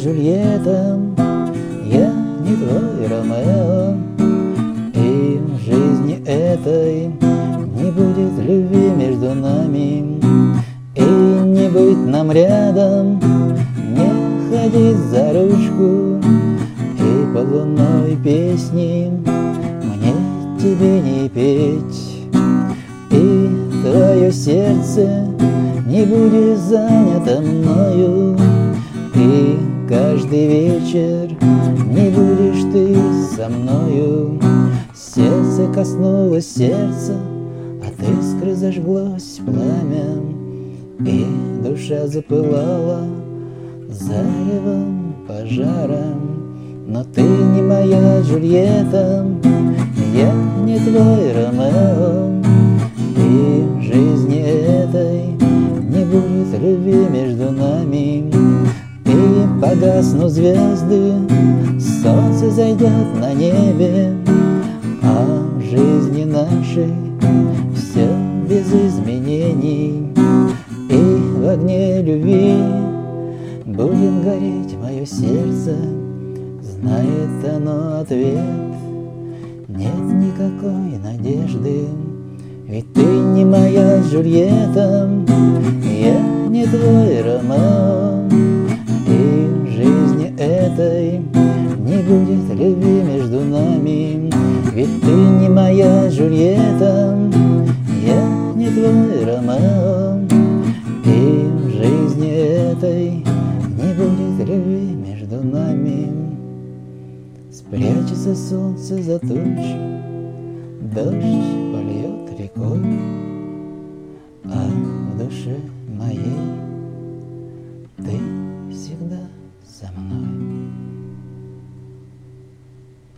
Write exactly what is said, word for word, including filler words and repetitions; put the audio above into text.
Джульетта, я не твой Ромео, и в жизни этой не будет любви между нами, и не быть нам рядом, не ходить за ручку, и под луной песни мне тебе не петь, и твое сердце не будет занято мною, и каждый вечер не будешь ты со мною. Сердце коснулось сердца, от искры зажглось пламя, и душа запылала заревом, пожаром. Но ты не моя Джульетта, я не твой Ромео, и в жизни этой не будет любви между нами, и погаснут звезды, солнце зайдет на небе, а в жизни нашей все без изменений, и в огне любви будет гореть мое сердце. Знает оно ответ, нет никакой надежды, ведь ты не моя Джульетта, я не твой Ромео, и в жизни этой не будет любви между нами, ведь ты не моя Джульетта, я не твой Ромео, и в жизни этой не будет любви между нами. Спрячется солнце за тучи, дождь польет рекой, а в душе моей ты всегда со мной.